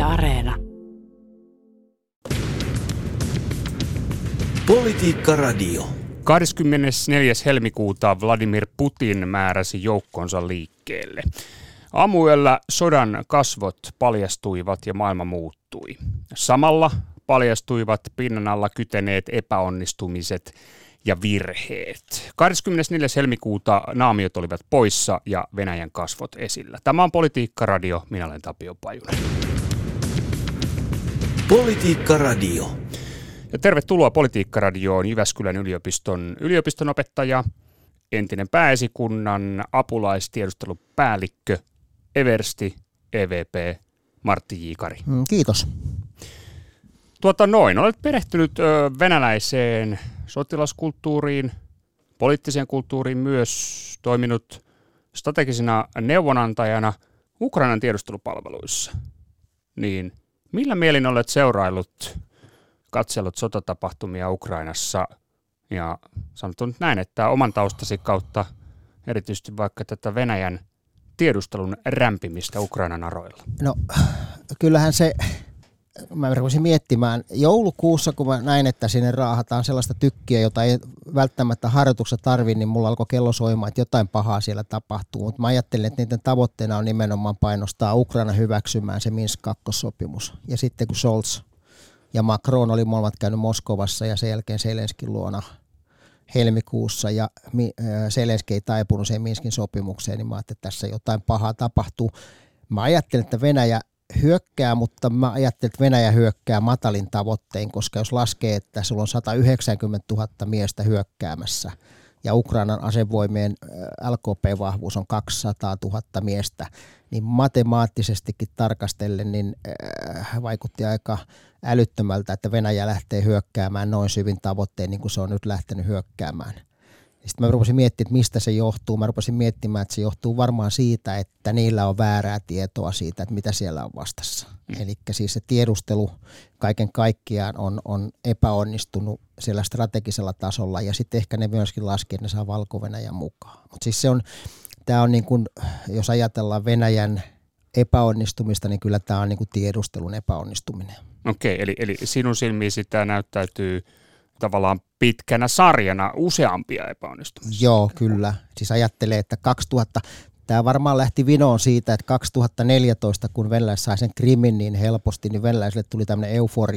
Areena. Politiikka Radio. 24. helmikuuta Vladimir Putin määräsi joukkonsa liikkeelle. Aamuyöllä sodan kasvot paljastuivat ja maailma muuttui. Samalla paljastuivat pinnan alla kyteneet epäonnistumiset ja virheet. 24. helmikuuta naamiot olivat poissa ja Venäjän kasvot esillä. Tämä on Politiikka Radio. Minä olen Tapio Pajunen. Politiikka Radio. Ja tervetuloa Politiikka Radioon Jyväskylän yliopiston opettaja, entinen pääesikunnan apulaistiedustelupäällikkö, eversti, EVP, Martti J. Kari. Kiitos. Olet perehtynyt venäläiseen sotilaskulttuuriin, poliittiseen kulttuuriin myös, toiminut strategisena neuvonantajana Ukrainan tiedustelupalveluissa. Niin millä mielin olet katsellut sotatapahtumia Ukrainassa ja sanottu nyt näin, että oman taustasi kautta erityisesti vaikka tätä Venäjän tiedustelun rämpimistä Ukrainan aroilla? No kyllähän mä rupesin miettimään joulukuussa, kun mä näin, että sinne raahataan sellaista tykkiä, jota ei välttämättä harjoituksessa tarvitse, niin mulla alkoi kello soimaan, että jotain pahaa siellä tapahtuu. Mutta mä ajattelin, että niiden tavoitteena on nimenomaan painostaa Ukraina hyväksymään se Minsk-2-sopimus. Ja sitten kun Scholz ja Macron oli molemmat käynyt Moskovassa ja sen jälkeen Zelenskin luona helmikuussa ja Zelenski ei taipunut sen Minskin sopimukseen, niin mä ajattelin, että tässä jotain pahaa tapahtuu. Mä ajattelin, että Venäjä hyökkää, mutta mä ajattelin, että Venäjä hyökkää matalin tavoittein, koska jos laskee, että sulla on 190 000 miestä hyökkäämässä ja Ukrainan asevoimien LKP-vahvuus on 200 000 miestä, niin matemaattisestikin tarkastellen niin vaikutti aika älyttömältä, että Venäjä lähtee hyökkäämään noin syvin tavoitteen, niin kuin se on nyt lähtenyt hyökkäämään. Sitten mä rupesin miettimään, että mistä se johtuu. Mä rupesin miettimään, että se johtuu varmaan siitä, että niillä on väärää tietoa siitä, että mitä siellä on vastassa. Eli siis se tiedustelu kaiken kaikkiaan on epäonnistunut siellä strategisella tasolla ja sitten ehkä ne myöskin laski, että ne saa Valko-Venäjän mukaan. Mutta siis tämä on niin kuin, jos ajatellaan Venäjän epäonnistumista, niin kyllä tämä on niin kuin tiedustelun epäonnistuminen. Okei, eli sinun silmiisi tämä näyttäytyy tavallaan pitkänä sarjana useampia epäonnistumisia. Joo, kyllä. Siis ajattelee, että tämä varmaan lähti vinoon siitä, että 2014, kun venäläiset sai sen Krimin niin helposti, niin venäläisille tuli tämmöinen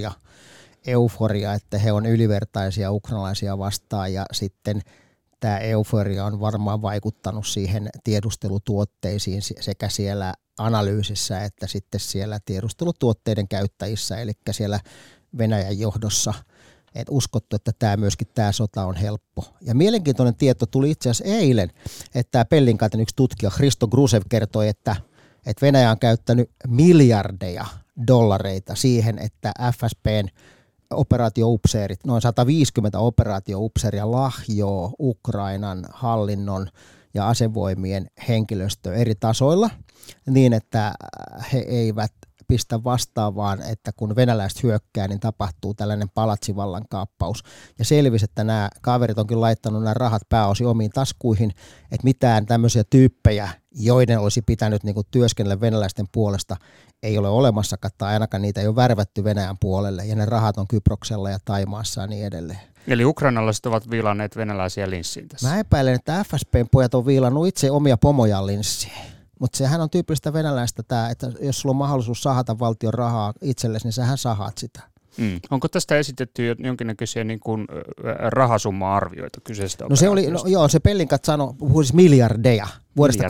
euforia, että he on ylivertaisia ukrainalaisia vastaan ja sitten tämä euforia on varmaan vaikuttanut siihen tiedustelutuotteisiin sekä siellä analyysissä että sitten siellä tiedustelutuotteiden käyttäjissä, eli siellä Venäjän johdossa. Et uskottu, että tämä sota on helppo. Ja mielenkiintoinen tieto tuli itse asiassa eilen, että tämä Pellinkaiten yksi tutkija Hristo Grusev kertoi, että Venäjä on käyttänyt miljardeja dollareita siihen, että FSBn operaatioupseerit, noin 150 operaatioupseeria lahjoo Ukrainan hallinnon ja asevoimien henkilöstö eri tasoilla niin, että he eivät pistä vastaavaan, että kun venäläiset hyökkää, niin tapahtuu tällainen palatsivallankaappaus. Ja selvisi, että nämä kaverit onkin laittanut nämä rahat pääosin omiin taskuihin, että mitään tämmöisiä tyyppejä, joiden olisi pitänyt niin kuin työskennellä venäläisten puolesta, ei ole olemassakaan, tai ainakaan niitä ei ole värvätty Venäjän puolelle, ja ne rahat on Kyproksella ja Taimaassa ja niin edelleen. Eli ukrainalaiset ovat viilanneet venäläisiä linssiin tässä. Mä epäilen, että FSBn pojat on viilannut itse omia pomojaan linssiin. Mutta sehän on tyypillistä venäläistä tämä, että jos sulla on mahdollisuus sahata valtion rahaa itsellesi, niin sähän sahaat sitä. Onko tästä esitetty jonkinnäköisiä niin kuin rahasumma-arvioita kyseisestä Se Pellinkat puhui siis miljardeja. Vuodesta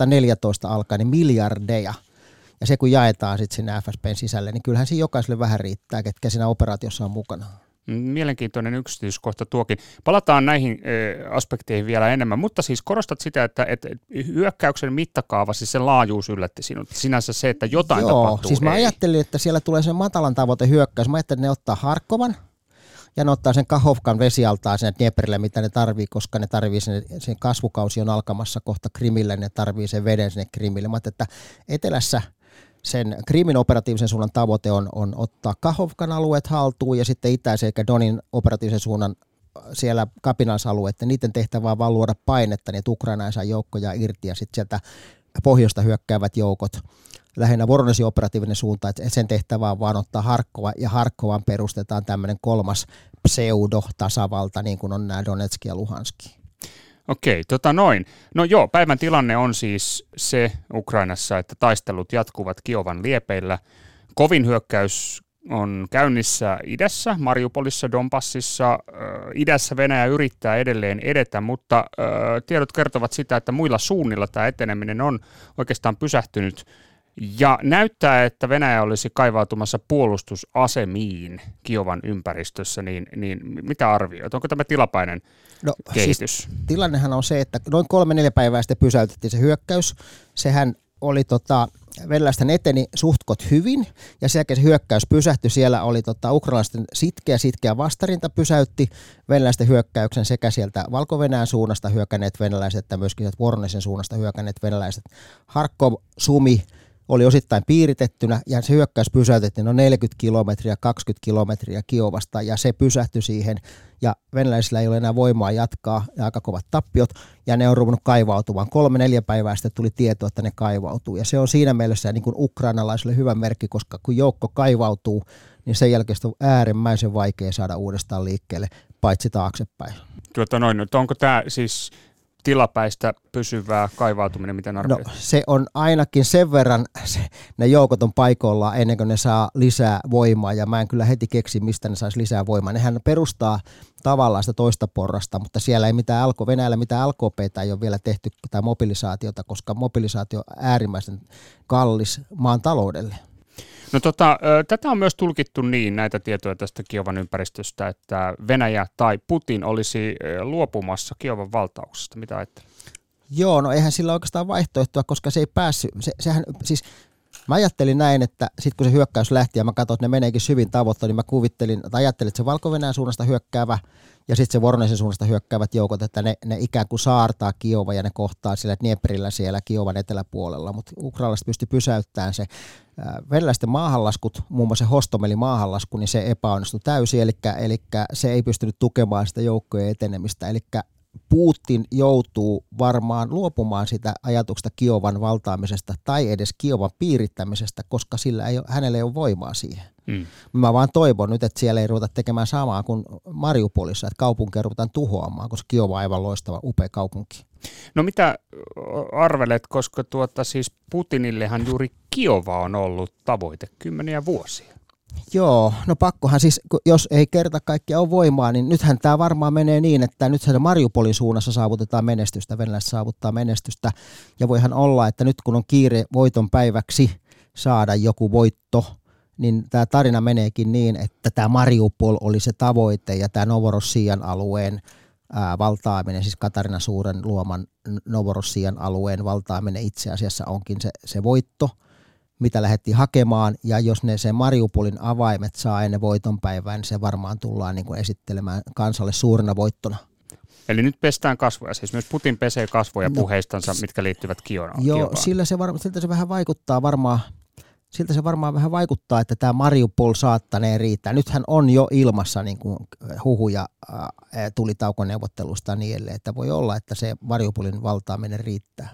2014 alkaen, niin miljardeja. Ja se kun jaetaan sitten sinne FSBn sisälle, niin kyllähän siinä jokaiselle vähän riittää, ketkä siinä operaatiossa on mukana. Mielenkiintoinen yksityiskohta tuokin. Palataan näihin aspekteihin vielä enemmän, mutta siis korostat sitä, että hyökkäyksen mittakaava, siis sen laajuus yllätti sinut. Sinänsä se, että jotain tapahtuu. Siis mä ajattelin, että siellä tulee sen matalan tavoite hyökkäys. Mä ajattelin, että ne ottaa Harkovan ja ne ottaa sen Kahovkan vesialtaan sinne Dnieprille, mitä ne tarvii, koska ne tarvii sen kasvukausi on alkamassa kohta Krimille, ne tarvii sen veden sinne Krimille. Mä ajattelin, että etelässä sen Krimin operatiivisen suunnan tavoite on ottaa Kahovkan alueet haltuun ja sitten itäisen eikä Donin operatiivisen suunnan siellä kapinallisalueet, että niiden tehtävä on vaan luoda painetta, niin että Ukraina ei saa joukkoja irti ja sitten sieltä pohjoista hyökkäävät joukot lähinnä Voronesin operatiivinen suunta, että sen tehtävä on vaan ottaa Harkova, ja Harkovaan perustetaan tämmöinen kolmas pseudo-tasavalta, niin kuin on nämä Donetsk ja Luhanski. Okei, noin. No joo, päivän tilanne on siis se Ukrainassa, että taistelut jatkuvat Kiovan liepeillä. Kovin hyökkäys on käynnissä idässä, Mariupolissa, Donbassissa. Idässä Venäjä yrittää edelleen edetä, mutta tiedot kertovat sitä, että muilla suunnilla tämä eteneminen on oikeastaan pysähtynyt. Ja näyttää, että Venäjä olisi kaivautumassa puolustusasemiin Kiovan ympäristössä, niin mitä arvioit? Onko tämä tilapäinen kehitys? Siis, tilannehan on se, että noin 3-4 päivää sitten pysäytettiin se hyökkäys. Sehän oli venäläisten eteni suhtkot hyvin, ja sen jälkeen se hyökkäys pysähtyi. Siellä oli ukrainalaisten sitkeä vastarinta pysäytti venäläisten hyökkäyksen sekä sieltä Valko-Venäjän suunnasta hyökänneet venäläiset että myöskin sieltä Voronezhin suunnasta hyökänneet venäläiset. Harkov, Sumi oli osittain piiritettynä, ja se hyökkäys pysäytettiin noin 40 kilometriä, 20 kilometriä Kiovasta, ja se pysähtyi siihen, ja venäläisillä ei ole enää voimaa jatkaa, ja aika kovat tappiot, ja ne on ruvennut kaivautumaan. 3-4 päivää sitten tuli tieto, että ne kaivautuu, ja se on siinä mielessä niin kuin ukrainalaisille hyvä merkki, koska kun joukko kaivautuu, niin sen jälkeen on äärimmäisen vaikea saada uudestaan liikkeelle, paitsi taaksepäin. Onko tämä siis tilapäistä pysyvää kaivautuminen, miten arvioit? No, se on ainakin sen verran, ne joukot on paikoillaan ennen kuin ne saa lisää voimaa, ja mä en kyllä heti keksi, mistä ne saisi lisää voimaa. Nehän perustaa tavallaan sitä toista porrasta, mutta siellä ei Venäjällä mitään LKP:tä ei ole vielä tehty tai mobilisaatiota, koska mobilisaatio on äärimmäisen kallis maan taloudelle. No tätä on myös tulkittu niin, näitä tietoja tästä Kiovan ympäristöstä, että Venäjä tai Putin olisi luopumassa Kiovan valtauksesta. Mitä ajattelet? Joo, no eihän sillä oikeastaan vaihtoehtoa, koska se ei päässyt. Mä ajattelin näin, että sitten kun se hyökkäys lähti ja mä katsoin, että ne meneekin syvin tavoittein, niin ajattelin, että se Valko-Venäjän suunnasta hyökkäävä ja sitten se Voronezhin suunnasta hyökkäävät joukot, että ne ikään kuin saartaa Kiova ja ne kohtaa siellä Dnieprillä siellä Kiovan eteläpuolella, mutta ukrainalaiset pystyi pysäyttämään se. Venäläisten maahanlaskut, muun muassa Hostomelin maahanlasku, niin se epäonnistui täysin, eli se ei pystynyt tukemaan sitä joukkojen etenemistä, eli Putin joutuu varmaan luopumaan sitä ajatuksesta Kiovan valtaamisesta tai edes Kiovan piirittämisestä, koska hänellä ei ole voimaa siihen. Mä vaan toivon nyt, että siellä ei ruveta tekemään samaa kuin Mariupolissa, että kaupunkia ruvetaan tuhoamaan, koska Kiova on aivan loistava, upea kaupunki. No mitä arvelet, koska siis Putinillehan juuri Kiova on ollut tavoite 10 vuosia? Joo, no pakkohan siis, jos ei kerta kaikkiaan ole voimaa, niin nythän tämä varmaan menee niin, että nythän Mariupolin suunnassa saavutetaan menestystä, venäläiset saavuttaa menestystä, ja voihan olla, että nyt kun on kiire voiton päiväksi saada joku voitto, niin tämä tarina meneekin niin, että tämä Mariupol oli se tavoite, ja tämä Novorossian alueen valtaaminen, siis Katarina Suuren luoman Novorossian alueen valtaaminen itse asiassa onkin se voitto, mitä lähdettiin hakemaan, ja jos ne se Mariupolin avaimet saa ennen voitonpäivää, niin se varmaan tullaan niin kuin esittelemään kansalle suurena voittona. Eli nyt pestään kasvoja, siis myös Putin pesee kasvoja puheistansa, mitkä liittyvät Kiovaan. Joo, siltä se vähän vaikuttaa varmaan. Siltä se varmaan vähän vaikuttaa, että tämä Mariupol saattaneen riittää. Nythän on jo ilmassa niin kuin huhuja tulitaukoneuvottelusta niin edelleen, että voi olla, että se Mariupolin valtaaminen riittää.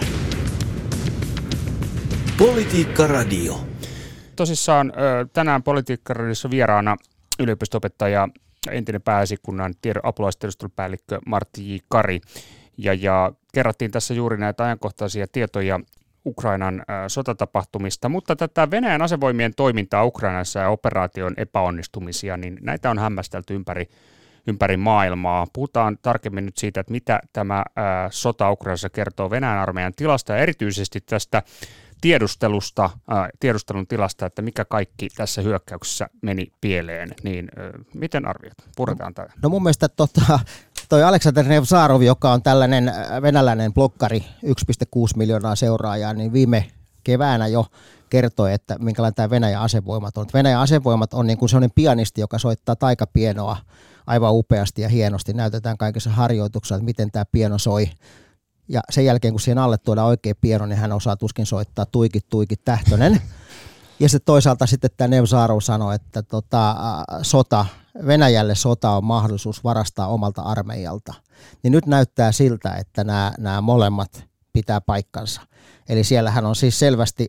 Politiikka Radio. Tosissaan tänään Politiikka Radiossa vieraana yliopisto-opettaja, entinen pääesikunnan apulaistiedustelupäällikkö Martti J. Kari. Ja kerrattiin tässä juuri näitä ajankohtaisia tietoja Ukrainan sotatapahtumista, mutta tätä Venäjän asevoimien toimintaa Ukrainassa ja operaation epäonnistumisia, niin näitä on hämmästelty ympäri maailmaa. Puhutaan tarkemmin nyt siitä, että mitä tämä sota Ukrainassa kertoo Venäjän armeijan tilasta ja erityisesti tästä tiedustelun tilasta, että mikä kaikki tässä hyökkäyksessä meni pieleen, niin miten arvioit? Puretaan tämä. No mun mielestä toi Aleksander Nevzarov, joka on tällainen venäläinen blokkari, 1,6 miljoonaa seuraajaa, niin viime keväänä jo kertoi, että minkälainen tämä Venäjän asevoimat on. Venäjän asevoimat on niin kuin sellainen pianisti, joka soittaa taikapienoa aivan upeasti ja hienosti. Näytetään kaikissa harjoituksissa, että miten tämä pieno soi. Ja sen jälkeen, kun siihen alle tuodaan oikea pieno, niin hän osaa tuskin soittaa tuikit tähtönen. Ja sitten toisaalta sitten tämä Nevzarov sanoi, että Venäjälle sota on mahdollisuus varastaa omalta armeijalta. Niin nyt näyttää siltä, että nämä molemmat pitää paikkansa. Eli siellähän on siis selvästi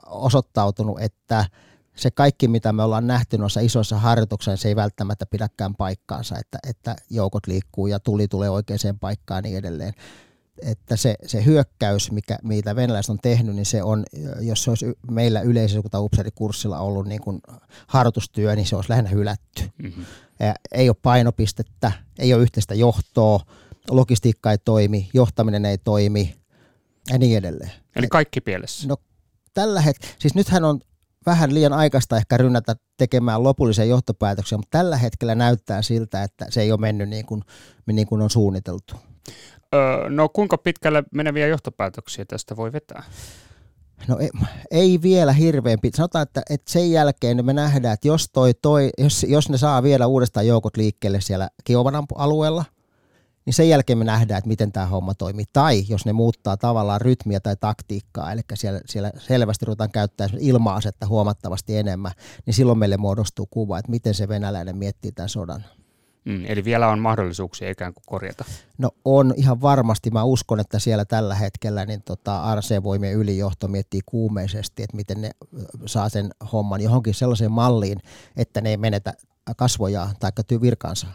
osoittautunut, että se kaikki, mitä me ollaan nähty noissa isoissa harjoituksissa, se ei välttämättä pidäkään paikkaansa, että joukot liikkuu ja tuli tulee oikeaan paikkaan ja niin edelleen. Että se hyökkäys, mitä venäläiset on tehnyt, niin se on, jos se olisi meillä yleisellä upseerikurssilla ollut niin kuin harjoitustyö, niin se olisi lähinnä hylätty. Mm-hmm. Ei ole painopistettä, ei ole yhteistä johtoa, logistiikka ei toimi, johtaminen ei toimi ja niin edelleen. Eli kaikki pielessä? No tällä hetkellä, siis nythän on vähän liian aikaista ehkä rynnätä tekemään lopullisia johtopäätöksiä, mutta tällä hetkellä näyttää siltä, että se ei ole mennyt niin kuin on suunniteltu. No kuinka pitkälle meneviä johtopäätöksiä tästä voi vetää? No ei vielä hirveän pitkä. Sanotaan, että sen jälkeen me nähdään, että jos ne saa vielä uudestaan joukot liikkeelle siellä Kiovan alueella, niin sen jälkeen me nähdään, että miten tämä homma toimii. Tai jos ne muuttaa tavallaan rytmiä tai taktiikkaa, eli siellä selvästi ruvetaan käyttämään ilma-asetta huomattavasti enemmän, niin silloin meille muodostuu kuva, että miten se venäläinen miettii tämän sodan. Eli vielä on mahdollisuuksia ikään kuin korjata. No on ihan varmasti. Mä uskon, että siellä tällä hetkellä niin RC-voimien ylijohto miettii kuumeisesti, että miten ne saa sen homman johonkin sellaiseen malliin, että ne ei menetä kasvojaan tai virkaansa.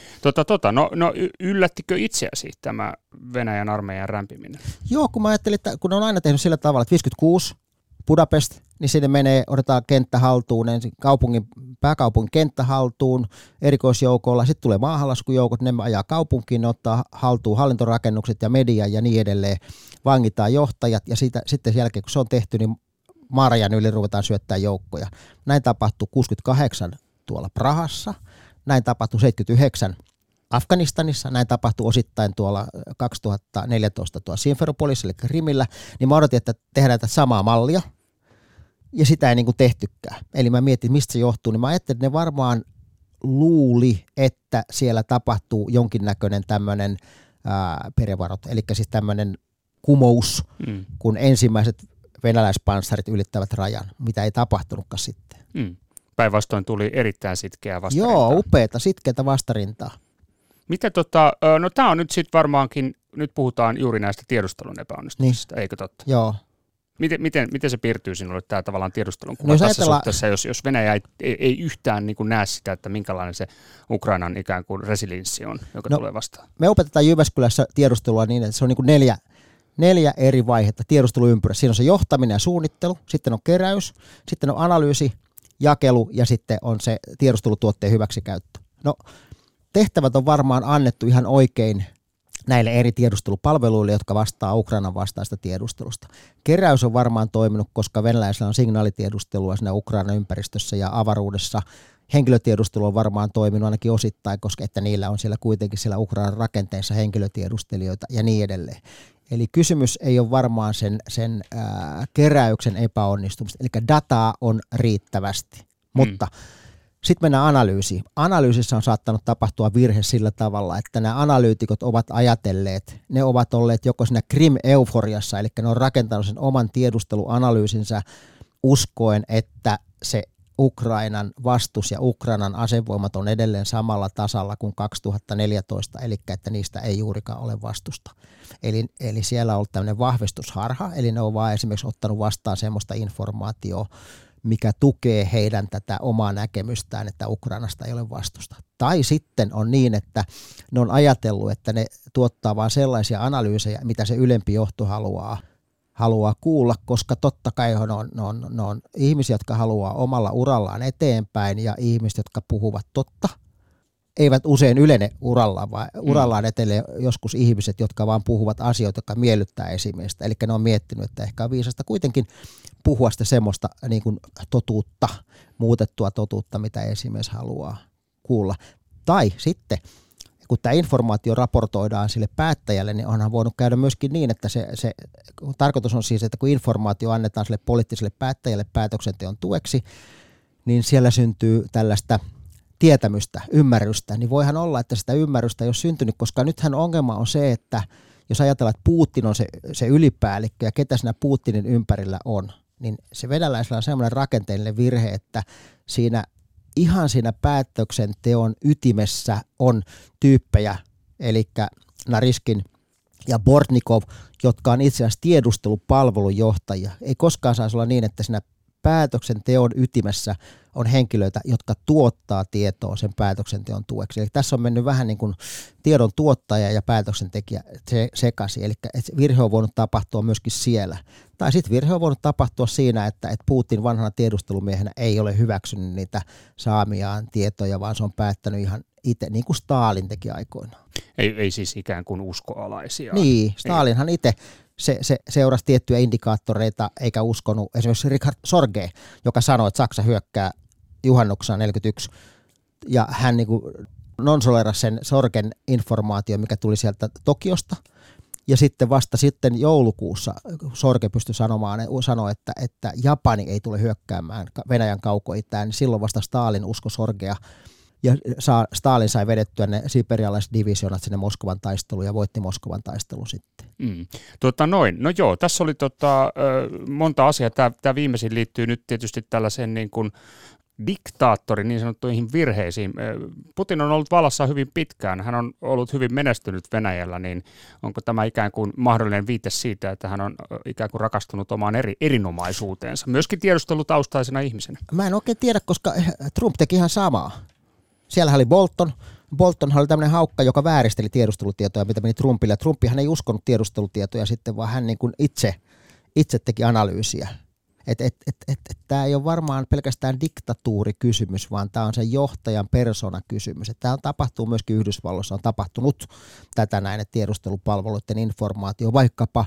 No yllättikö itseäsi tämä Venäjän armeijan rämpiminen? Joo, kun mä ajattelin, että kun on aina tehnyt sillä tavalla, että 56 Budapest, niin sinne otetaan kenttä haltuun, ensin pääkaupungin kenttä haltuun erikoisjoukolla, sitten tulee maahanlaskujoukot, ne ajaa kaupunkiin, ne ottaa haltuun hallintorakennukset ja media ja niin edelleen, vangitaan johtajat ja sitten sen jälkeen kun se on tehty, niin maarajan yli ruvetaan syöttää joukkoja. Näin tapahtui 68 tuolla Prahassa, näin tapahtui 79 Afganistanissa, näin tapahtui osittain tuolla 2014 tuolla Simferopolissa eli Krimillä, niin mä odotin, että tehdään tätä samaa mallia, ja sitä ei niin kuin tehtykään. Eli mä mietin, mistä se johtuu, niin mä ajattelin, että ne varmaan luuli, että siellä tapahtuu jonkinnäköinen tämmöinen perevarot, eli siis tämmöinen kumous, kun ensimmäiset venäläispanssarit ylittävät rajan, mitä ei tapahtunutkaan sitten. Päinvastoin tuli erittäin sitkeää vastarintaa. Joo, upeata, sitkeätä vastarintaa. Miten no tämä on nyt sitten varmaankin, nyt puhutaan juuri näistä tiedustelun epäonnistumisista, niin. Eikö totta? Joo. Miten se piirtyy sinulle tämä tavallaan tiedustelun kuva tässä suhteessa, jos Venäjä ei yhtään niin kuin näe sitä, että minkälainen se Ukrainan ikään kuin resilienssi on, joka tulee vastaan? Me opetetaan Jyväskylässä tiedustelua niin, että se on niin kuin neljä eri vaihetta tiedusteluympyrässä. Siinä on se johtaminen ja suunnittelu, sitten on keräys, sitten on analyysi, jakelu ja sitten on se tiedustelutuotteen hyväksikäyttö. No tehtävät on varmaan annettu ihan oikein näille eri tiedustelupalveluille, jotka vastaa Ukrainan vastaista tiedustelusta. Keräys on varmaan toiminut, koska venäläisillä on signaalitiedustelua siinä Ukrainan ympäristössä ja avaruudessa. Henkilötiedustelu on varmaan toiminut ainakin osittain, koska että niillä on siellä kuitenkin siellä Ukrainan rakenteissa henkilötiedustelijoita ja niin edelleen. Eli kysymys ei ole varmaan sen keräyksen epäonnistumista, eli dataa on riittävästi, mutta sitten mennään analyysiin. Analyysissä on saattanut tapahtua virhe sillä tavalla, että nämä analyytikot ovat ajatelleet, ne ovat olleet joko siinä Krim-euforiassa, eli ne on rakentanut sen oman tiedusteluanalyysinsä uskoen, että se Ukrainan vastus ja Ukrainan asevoimat on edelleen samalla tasalla kuin 2014, eli että niistä ei juurikaan ole vastusta. Eli siellä on ollut tämmöinen vahvistusharha, eli ne on vaan esimerkiksi ottanut vastaan semmoista informaatiota, mikä tukee heidän tätä omaa näkemystään, että Ukrainasta ei ole vastusta. Tai sitten on niin, että ne on ajatellut, että ne tuottaa vain sellaisia analyysejä, mitä se ylempi johto haluaa kuulla, koska totta kai ne on ihmisiä, jotka haluaa omalla urallaan eteenpäin ja ihmiset, jotka puhuvat totta, eivät usein ylene urallaan, vaan urallaan etelee joskus ihmiset, jotka vaan puhuvat asioita, jotka miellyttää esimiestä. Eli ne on miettinyt, että ehkä on viisasta kuitenkin puhua sitä semmoista niin kuin totuutta, muutettua totuutta, mitä esimies haluaa kuulla. Tai sitten, kun tämä informaatio raportoidaan sille päättäjälle, niin onhan voinut käydä myöskin niin, että se tarkoitus on siis, että kun informaatio annetaan sille poliittiselle päättäjälle päätöksenteon tueksi, niin siellä syntyy tällaista tietämystä, ymmärrystä, niin voihan olla, että sitä ymmärrystä ei ole syntynyt, koska nythän ongelma on se, että jos ajatellaan, että Putin on se ylipäällikkö ja ketä siinä Putinin ympärillä on, niin se venäläisellä on semmoinen rakenteellinen virhe, että siinä päätöksenteon ytimessä on tyyppejä, eli Nariskin ja Bortnikov, jotka on itse asiassa tiedustelupalvelun johtajia. Ei koskaan saisi olla niin, että siinä päätöksenteon ytimessä on henkilöitä, jotka tuottaa tietoa sen päätöksenteon tueksi. Eli tässä on mennyt vähän niin kuin tiedon tuottaja ja päätöksentekijä sekaisin. Eli virhe on voinut tapahtua myöskin siellä. Tai sitten virhe on voinut tapahtua siinä, että Putin vanhana tiedustelumiehenä ei ole hyväksynyt niitä saamiaan tietoja, vaan se on päättänyt ihan itse, niin kuin Stalin teki aikoinaan. Ei siis ikään kuin uskoalaisia. Niin, Stalinhan itse se seurasi tiettyjä indikaattoreita eikä uskonut. Esimerkiksi Richard Sorge, joka sanoi, että Saksa hyökkää juhannuksena 1941, ja hän niin kuin nonsolerasi sen Sorgen informaatio, mikä tuli sieltä Tokiosta. Ja sitten vasta sitten joulukuussa Sorge pystyi sanoi, että Japani ei tule hyökkäämään Venäjän kaukoitään, niin silloin vasta Stalin uskoi Sorgea. Ja Stalin sai vedettyä ne siperialaiset divisioonat sinne Moskovan taisteluun ja voitti Moskovan taistelun sitten. No joo, tässä oli monta asiaa. Tämä viimeisin liittyy nyt tietysti tällaiseen niin kuin diktaattorin niin sanottuihin virheisiin. Putin on ollut vallassa hyvin pitkään. Hän on ollut hyvin menestynyt Venäjällä, niin onko tämä ikään kuin mahdollinen viite siitä, että hän on ikään kuin rakastunut omaan erinomaisuuteensa, myöskin tiedustelutaustaisena ihmisenä? Mä en oikein tiedä, koska Trump teki ihan samaa. Siellä oli Bolton. Boltonhan oli tämmöinen haukka, joka vääristeli tiedustelutietoja, mitä meni Trumpille. Trumpihan ei uskonut tiedustelutietoja sitten, vaan hän niin kuin itse teki analyysiä. Tämä ei ole varmaan pelkästään diktatuurikysymys, vaan tämä on se johtajan persoonakysymys. Tämä tapahtuu myöskin Yhdysvalloissa, on tapahtunut tätä näin, että tiedustelupalveluiden informaatio, vaikkapa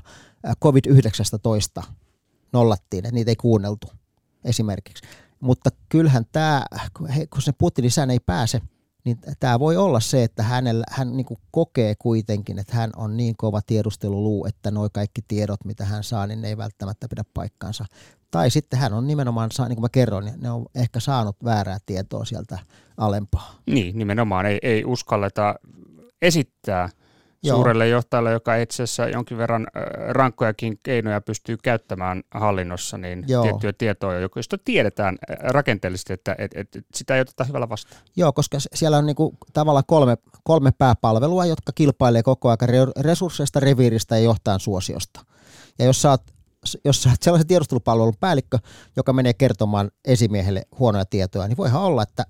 COVID-19 nollattiin, että niitä ei kuunneltu esimerkiksi. Mutta kyllähän tämä, kun se Putinin sään ei pääse, niin tämä voi olla se, että hän niin kuin kokee kuitenkin, että hän on niin kova tiedusteluluu, että nuo kaikki tiedot, mitä hän saa, niin ne ei välttämättä pidä paikkaansa. Tai sitten hän on nimenomaan, niin kuin mä kerroin, niin ne on ehkä saanut väärää tietoa sieltä alempaa. Niin, nimenomaan ei uskalleta esittää suurelle johtajalle, joka itse asiassa jonkin verran rankkojakin keinoja pystyy käyttämään hallinnossa, niin tiettyjä tietoja, joista tiedetään rakenteellisesti, että sitä ei oteta hyvällä vastaan. Joo, koska siellä on niinku tavallaan kolme pääpalvelua, jotka kilpailee koko ajan resursseista, reviiristä ja johtajan suosiosta. Ja jos sä oot sellaisen tiedustelupalvelun päällikkö, joka menee kertomaan esimiehelle huonoja tietoja, niin voihan olla, että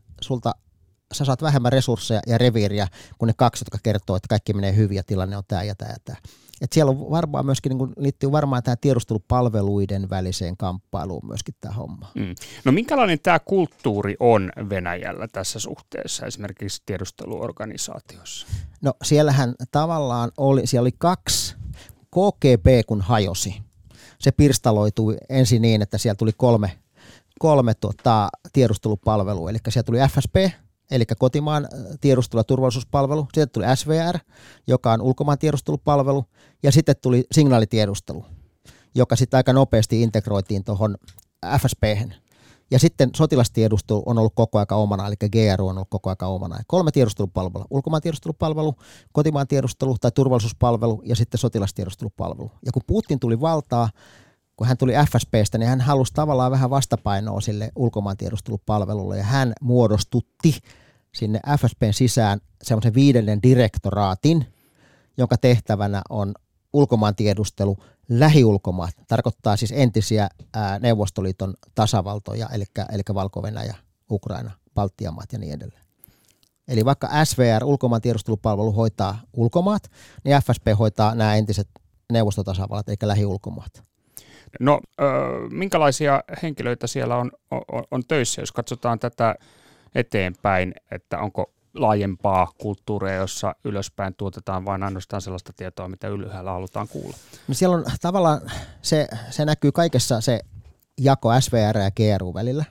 sä saat vähemmän resursseja ja reviiriä kuin ne kaksi, jotka kertoo, että kaikki menee hyvin ja tilanne on tämä ja tämä ja tämä. Et siellä on varmaan myöskin, niin liittyy varmaan tähän tiedustelupalveluiden väliseen kamppailuun myöskin tämä homma. No minkälainen tämä kulttuuri on Venäjällä tässä suhteessa, esimerkiksi tiedusteluorganisaatiossa? No siellähän tavallaan siellä oli kaksi, KGB kun hajosi. Se pirstaloitui ensin niin, että siellä tuli kolme tiedustelupalvelua, eli siellä tuli FSB, eli kotimaan tiedustelu- ja turvallisuuspalvelu, sitten tuli SVR, joka on ulkomaan tiedustelupalvelu, ja sitten tuli signaalitiedustelu, joka sitten aika nopeasti integroitiin tuohon FSB:hen. Ja sitten sotilastiedustelu on ollut koko aika omana, eli GRU on ollut koko aika omana. 3 tiedustelupalvelua, ulkomaan tiedustelupalvelu, kotimaan tiedustelu tai turvallisuuspalvelu ja sitten sotilastiedustelupalvelu. Ja kun Putin tuli valtaa, kun hän tuli FSB:stä, niin hän halusi tavallaan vähän vastapainoa sille ulkomaan tiedustelupalvelulle ja hän muodostutti sinne FSB:n sisään semmoisen 5. direktoraatin, jonka tehtävänä on ulkomaan tiedustelu, lähiulkomaat, tarkoittaa siis entisiä Neuvostoliiton tasavaltoja, eli Valko-Venäjä, Ukraina, Baltian maat ja niin edelleen. Eli vaikka SVR, ulkomaan tiedustelupalvelu, hoitaa ulkomaat, niin FSB hoitaa nämä entiset neuvostotasavallat, eli lähiulkomaat. No, minkälaisia henkilöitä siellä on töissä, jos katsotaan tätä eteenpäin, että onko laajempaa kulttuuria, jossa ylöspäin tuotetaan vain ainoastaan sellaista tietoa, mitä ylhäällä halutaan kuulla? No siellä on tavallaan, se näkyy kaikessa se jako SVR ja GRU välillä.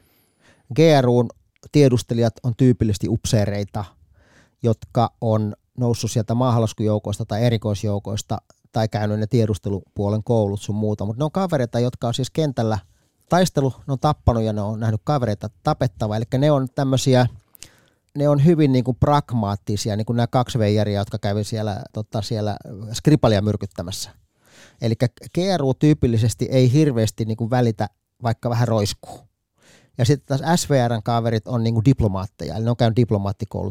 GRUn tiedustelijat on tyypillisesti upseereita, jotka on noussut sieltä maahanlaskujoukoista tai erikoisjoukoista tai käynyt ne tiedustelupuolen koulut sun muuta, mutta ne on kavereita, jotka on siis kentällä taistelu, ne on tappanut ja ne on nähnyt kavereita tapettavaa, eli ne on tämmöisiä, ne on hyvin niin kuin pragmaattisia, niin kuin nämä 2 veijariä, jotka kävi siellä Skripalia myrkyttämässä. Eli GRU tyypillisesti ei hirveästi niin kuin välitä, vaikka vähän roiskuu. Ja sitten taas SVRn kaverit on niin kuin diplomaatteja, eli ne on käynyt diplomaattikoulutuksen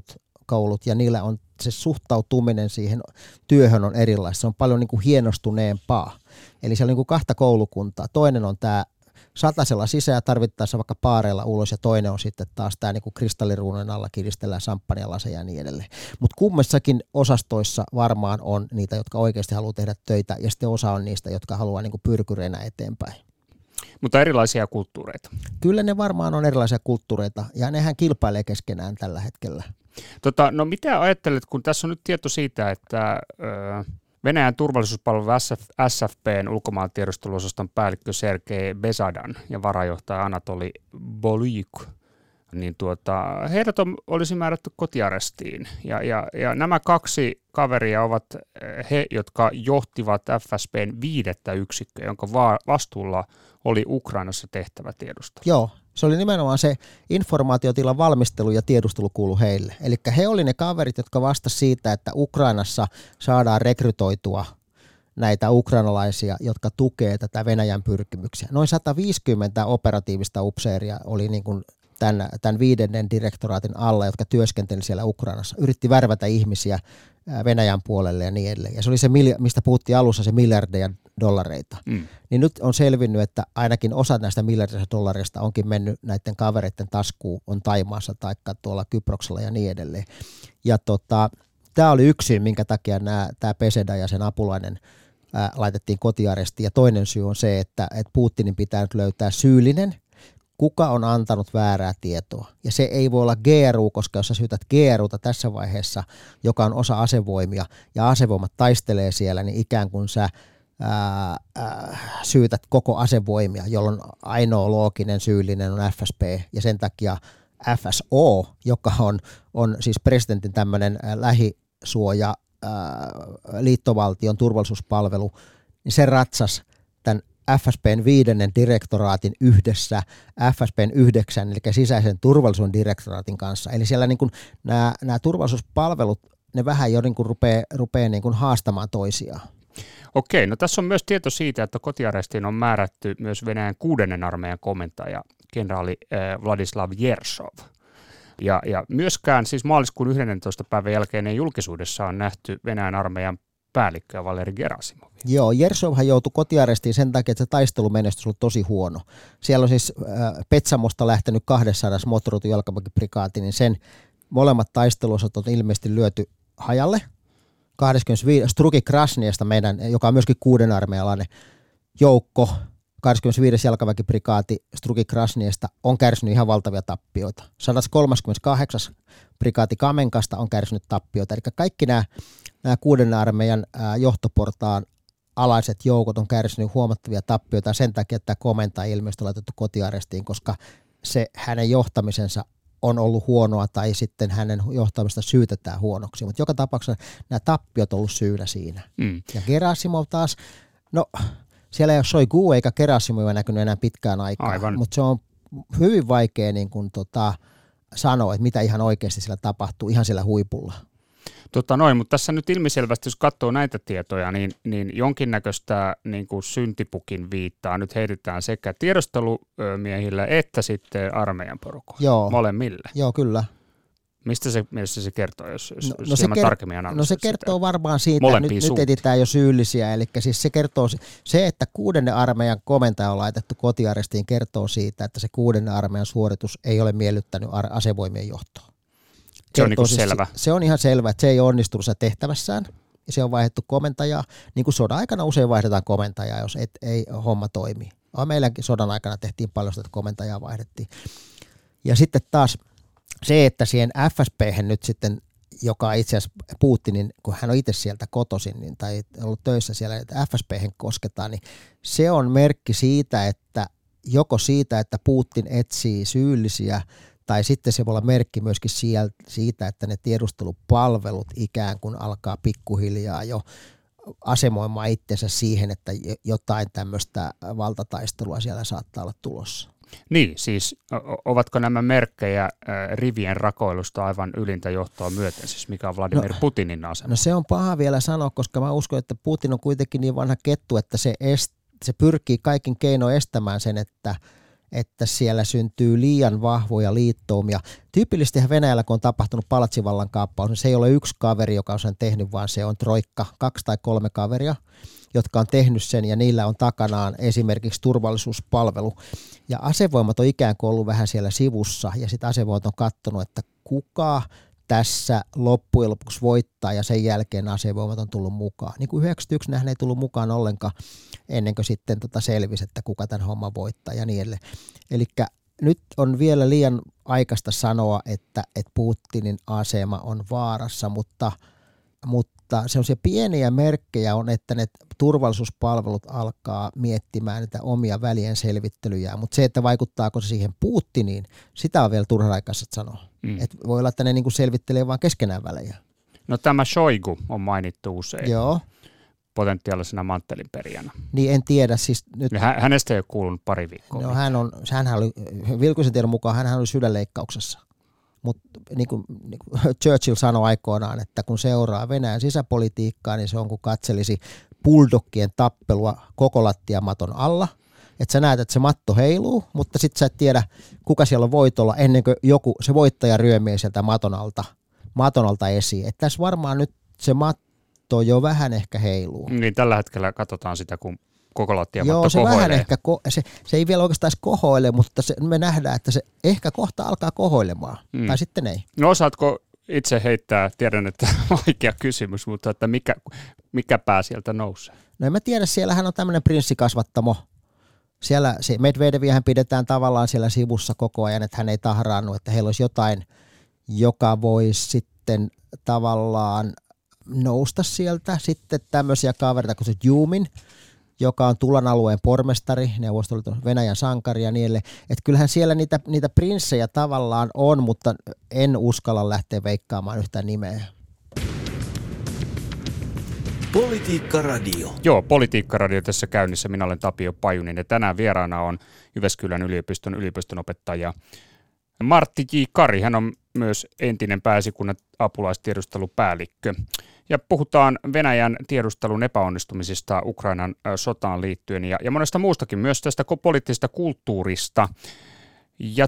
koulut ja niillä on se suhtautuminen siihen työhön on erilaista. Se on paljon niin kuin hienostuneempaa. Eli siellä on niin kuin 2 koulukuntaa. Toinen on tämä satasella sisään tarvittaessa vaikka paareilla ulos ja toinen on sitten taas tämä niin kuin kristalliruunen alla kiristellään samppanjalaseja ja niin edelleen. Mutta kummassakin osastoissa varmaan on niitä, jotka oikeasti haluaa tehdä töitä ja sitten osa on niistä, jotka haluaa niin kuin pyrkyreinä eteenpäin. Mutta erilaisia kulttuureita. Kyllä ne varmaan on erilaisia kulttuureita ja nehän kilpailee keskenään tällä hetkellä. No mitä ajattelet, kun tässä on nyt tieto siitä, että Venäjän turvallisuuspalvelu SFP:n ulkomaantiedusteluosaston päällikkö Sergei Besadan ja varajohtaja Anatoli Bolyuk, niin heidät olisi määrätty kotiarestiin. Ja nämä 2 kaveria ovat he, jotka johtivat FSB:n 5. yksikköä, jonka vastuulla oli Ukrainassa tehtävä tiedustelu. Joo, se oli nimenomaan se informaatiotilan valmistelu ja tiedustelu kuului heille. Eli he oli ne kaverit, jotka vastasivat siitä, että Ukrainassa saadaan rekrytoitua näitä ukrainalaisia, jotka tukee tätä Venäjän pyrkimyksiä. Noin 150 operatiivista upseeria oli niin kuin tämän 5. direktoraatin alla, jotka työskenteli siellä Ukrainassa, yritti värvätä ihmisiä Venäjän puolelle ja niin edelleen. Ja se oli se, mistä puhuttiin alussa, se miljardeja dollareita. Niin nyt on selvinnyt, että ainakin osa näistä miljardeista dollareista onkin mennyt näiden kavereiden taskuun, on Taimaassa tai tuolla Kyproksella ja niin edelleen. Ja tämä oli yksi syy, minkä takia tämä Peseda ja sen apulainen laitettiin kotiarestiin. Ja toinen syy on se, että Putinin pitää nyt löytää syyllinen, kuka on antanut väärää tietoa. Ja se ei voi olla GRU, koska jos sä syytät GRUta tässä vaiheessa, joka on osa asevoimia, ja asevoimat taistelee siellä, niin ikään kuin sä syytät koko asevoimia, jolloin ainoa looginen syyllinen on FSB, ja sen takia FSO, joka on siis presidentin tämmöinen lähisuoja, liittovaltion turvallisuuspalvelu, niin se ratsas tämän FSB:n 5. direktoraatin yhdessä FSB:n 9, eli sisäisen turvallisuuden direktoraatin kanssa. Eli siellä niin kuin nämä turvallisuuspalvelut, ne vähän jo niin kuin rupeaa niin kuin haastamaan toisiaan. Okei, no tässä on myös tieto siitä, että kotiarestiin on määrätty myös Venäjän 6. armeijan komentaja, kenraali Vladislav Jersov. Ja myöskään siis maaliskuun 11. päivän jälkeen julkisuudessa on nähty Venäjän armeijan päällikköä Valeri Gerasimov. Joo, Jersovhan joutui kotiarestiin sen takia, että se taistelumenestys oli tosi huono. Siellä on siis Petsamosta lähtenyt 200 moottoroitu jalkaväkiprikaati, niin sen molemmat taisteluosat on ilmeisesti lyöty hajalle. 25. Strugi Krasniasta meidän, joka on myöskin 6. armeijalainen joukko, 25. jalkaväkiprikaati Strugi Krasniasta on kärsinyt ihan valtavia tappioita. 138. prikaati Kamenkasta on kärsinyt tappioita. Eli kaikki nämä 6. armeijan johtoportaan alaiset joukot on kärsinyt huomattavia tappioita sen takia, että komentaja ilmeisesti on laitettu kotiarestiin, koska se hänen johtamisensa on ollut huonoa tai sitten hänen johtamista syytetään huonoksi. Mutta joka tapauksessa nämä tappiot on ollut syynä siinä. Ja Gerasimov taas, no siellä ei ole Shoigu eikä Gerasimov näkynyt enää pitkään aikaan, mutta se on hyvin vaikea niin kun, sanoa, että mitä ihan oikeasti siellä tapahtuu ihan siellä huipulla. Mutta tässä nyt ilmiselvästi, jos katsoo näitä tietoja, niin jonkinnäköistä niin kuin syntipukin viittaa nyt heitetään sekä tiedustelumiehillä että sitten armeijan porukoilla, molemmille. Joo, kyllä. Mistä se kertoo, jos hieman tarkemmin analysoit? No se kertoo varmaan siitä, nyt etsitään jo syyllisiä, eli siis se kertoo, se, että 6. armeijan komentaja on laitettu kotiarestiin, kertoo siitä, että se 6. armeijan suoritus ei ole miellyttänyt asevoimien johtoa. Se on niin selvä. Se on ihan selvä, että se ei onnistunut tehtävässään ja se on vaihdettu komentajaa. Niin kuin sodan aikana usein vaihdetaan komentajaa, jos ei homma toimi. Meilläkin sodan aikana tehtiin paljon sitä, että komentajaa vaihdettiin. Ja sitten taas se, että siihen FSB:hen nyt sitten, joka itse asiassa Putinin, kun hän on itse sieltä kotoisin niin, tai ollut töissä siellä, että FSB:hen kosketaan, niin se on merkki siitä, että joko siitä, että Putin etsii syyllisiä, tai sitten se voi olla merkki myöskin siitä, että ne tiedustelupalvelut ikään kuin alkaa pikkuhiljaa jo asemoimaan itsensä siihen, että jotain tämmöistä valtataistelua siellä saattaa olla tulossa. Niin, siis ovatko nämä merkkejä rivien rakoilusta aivan ylintä johtoa myöten, siis mikä on Vladimir Putinin asema? No se on paha vielä sanoa, koska mä uskon, että Putin on kuitenkin niin vanha kettu, että se pyrkii kaikin keinoin estämään sen, että että siellä syntyy liian vahvoja liittoumia. Tyypillisesti Venäjällä, kun on tapahtunut palatsivallan kaappaus, niin se ei ole yksi kaveri, joka on sen tehnyt, vaan se on troikka, 2 tai 3 kaveria, jotka on tehnyt sen, ja niillä on takanaan esimerkiksi turvallisuuspalvelu. Ja asevoimat on ikään kuin ollut vähän siellä sivussa, ja sitten asevoimat on katsonut, että kuka tässä loppujen lopuksi voittaa, ja sen jälkeen asevoimat on tullut mukaan. Niin kuin 91 nähän ei tullut mukaan ollenkaan, ennen kuin sitten selvisi, että kuka tämän homman voittaa ja niin edelleen. Eli nyt on vielä liian aikaista sanoa, että Putinin asema on vaarassa, mutta sellaisia pieniä merkkejä on, että ne turvallisuuspalvelut alkaa miettimään niitä omia välien selvittelyjään, mutta se, että vaikuttaako se siihen Putiniin, sitä on vielä turha aikaisesti sanoa. Et voi olla, että ne niinku selvittelee vaan keskenään välejä. No tämä Shoigu on mainittu usein. Joo. Potentiaalisena manttelinperijänä. Niin en tiedä. Siis nyt, hänestä ei ole kuulunut pari viikkoa. No hänhän oli, Vilkuisen tiedon mukaan hänhän oli sydänleikkauksessa. Mutta niin kuin Churchill sanoi aikoinaan, että kun seuraa Venäjän sisäpolitiikkaa, niin se on kuin katselisi buldoggien tappelua koko lattiamaton alla. Että sä näet, että se matto heiluu, mutta sitten sä et tiedä, kuka siellä on voitolla ennen kuin se voittaja ryömii sieltä maton alta esiin. Että tässä varmaan nyt se matto jo vähän ehkä heiluu. Niin tällä hetkellä katsotaan sitä, kun koko lattiamatto joo, se kohoilee. Vähän ehkä, se ei vielä oikeastaan kohoile, mutta me nähdään, että se ehkä kohta alkaa kohoilemaan, tai sitten ei. No osaatko itse heittää, tiedän, että vaikea kysymys, mutta että mikä pää sieltä nousee? No en mä tiedä, siellähän on tämmöinen prinssikasvattamo. Siellä se Medvedeviähän pidetään tavallaan siellä sivussa koko ajan, että hän ei tahraannut, että heillä olisi jotain, joka voisi sitten tavallaan nousta sieltä. Sitten tämmöisiä kavereita kuin se Jumin, joka on Tulan alueen pormestari, Neuvostoliiton Venäjän sankari ja niin edelleen. Että kyllähän siellä niitä prinssejä tavallaan on, mutta en uskalla lähteä veikkaamaan yhtään nimeä. Politiikka Radio. Joo, Politiikka Radio tässä käynnissä. Minä olen Tapio Pajunen ja tänään vieraana on Jyväskylän yliopiston yliopistonopettaja Martti J. Kari. Hän on myös entinen Pääesikunnan apulaistiedustelupäällikkö. Ja puhutaan Venäjän tiedustelun epäonnistumisista Ukrainan sotaan liittyen ja monesta muustakin, myös tästä poliittisesta kulttuurista. Ja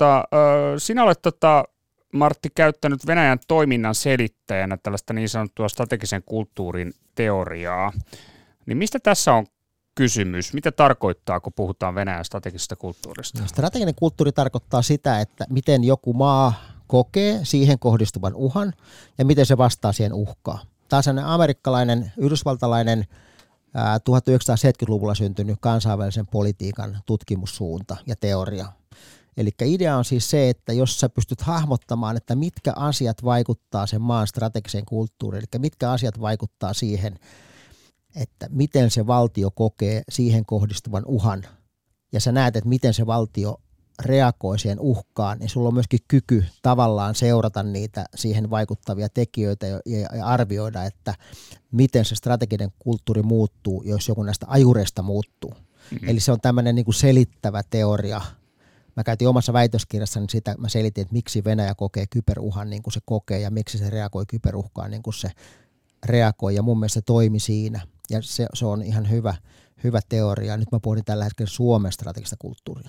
sinä olet Martti käyttänyt Venäjän toiminnan selittäjänä tällaista niin sanottua strategisen kulttuurin teoriaa. Niin mistä tässä on kysymys? Mitä tarkoittaa, kun puhutaan Venäjän strategisesta kulttuurista? No, strateginen kulttuuri tarkoittaa sitä, että miten joku maa kokee siihen kohdistuvan uhan ja miten se vastaa siihen uhkaan. Tämä on sellainen amerikkalainen, yhdysvaltalainen 1970-luvulla syntynyt kansainvälisen politiikan tutkimussuunta ja teoria. Eli idea on siis se, että jos sä pystyt hahmottamaan, että mitkä asiat vaikuttaa sen maan strategiseen kulttuuriin, eli mitkä asiat vaikuttaa siihen, että miten se valtio kokee siihen kohdistuvan uhan, ja sä näet, että miten se valtio reagoi siihen uhkaan, niin sulla on myöskin kyky tavallaan seurata niitä siihen vaikuttavia tekijöitä ja arvioida, että miten se strateginen kulttuuri muuttuu, jos joku näistä ajureista muuttuu. Mm-hmm. Eli se on tämmöinen niin kuin selittävä teoria. Mä käytin omassa väitöskirjassani sitä, mä selitin, että miksi Venäjä kokee kyberuhan niin kuin se kokee ja miksi se reagoi kyberuhkaan niin kuin se reagoi, ja mun mielestä se toimi siinä. Ja se on ihan hyvä teoria. Nyt mä pohdin tällä hetkellä Suomen strategista kulttuuria.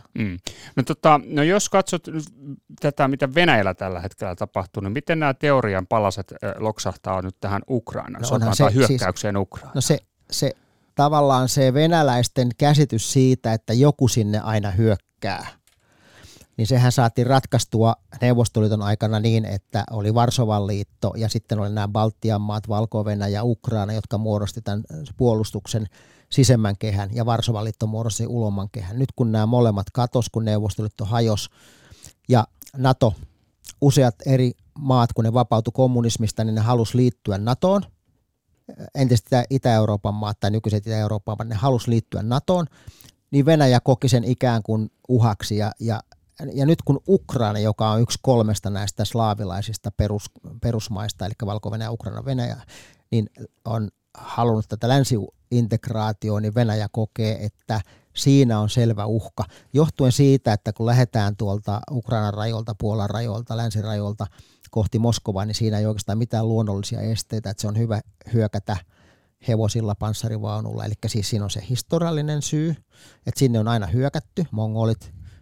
No jos katsot tätä, mitä Venäjällä tällä hetkellä tapahtuu, niin miten nämä teorian palaset loksahtaa nyt tähän Ukrainan sotaan tai hyökkäykseen Ukrainaan? No se tavallaan se venäläisten käsitys siitä, että joku sinne aina hyökkää, niin sehän saatiin ratkaistua Neuvostoliiton aikana niin, että oli Varsovan liitto ja sitten oli nämä Baltian maat, Valko-Venäjä ja Ukraina, jotka muodosti tämän puolustuksen sisemmän kehän, ja Varsovan liitto muodosti ulomman kehän. Nyt kun nämä molemmat katos, kun Neuvostoliitto hajosi ja NATO, useat eri maat, kun ne vapautui kommunismista, niin ne halusi liittyä NATOon. Entiset Itä-Euroopan maat tai nykyiset Itä-Euroopan maat, ne halusi liittyä NATOon, niin Venäjä koki sen ikään kuin uhaksi ja nyt kun Ukraina, joka on yksi 3 näistä slaavilaisista perusmaista, eli Valko-Venäjä, Ukraina, Venäjä, niin on halunnut tätä länsi-integraatioon, niin Venäjä kokee, että siinä on selvä uhka. Johtuen siitä, että kun lähdetään tuolta Ukrainan rajoilta, Puolan rajoilta, länsirajoilta kohti Moskovaa, niin siinä ei oikeastaan mitään luonnollisia esteitä, että se on hyvä hyökätä hevosilla, panssarivaunulla. Eli siis siinä on se historiallinen syy, että sinne on aina hyökätty, mongolit,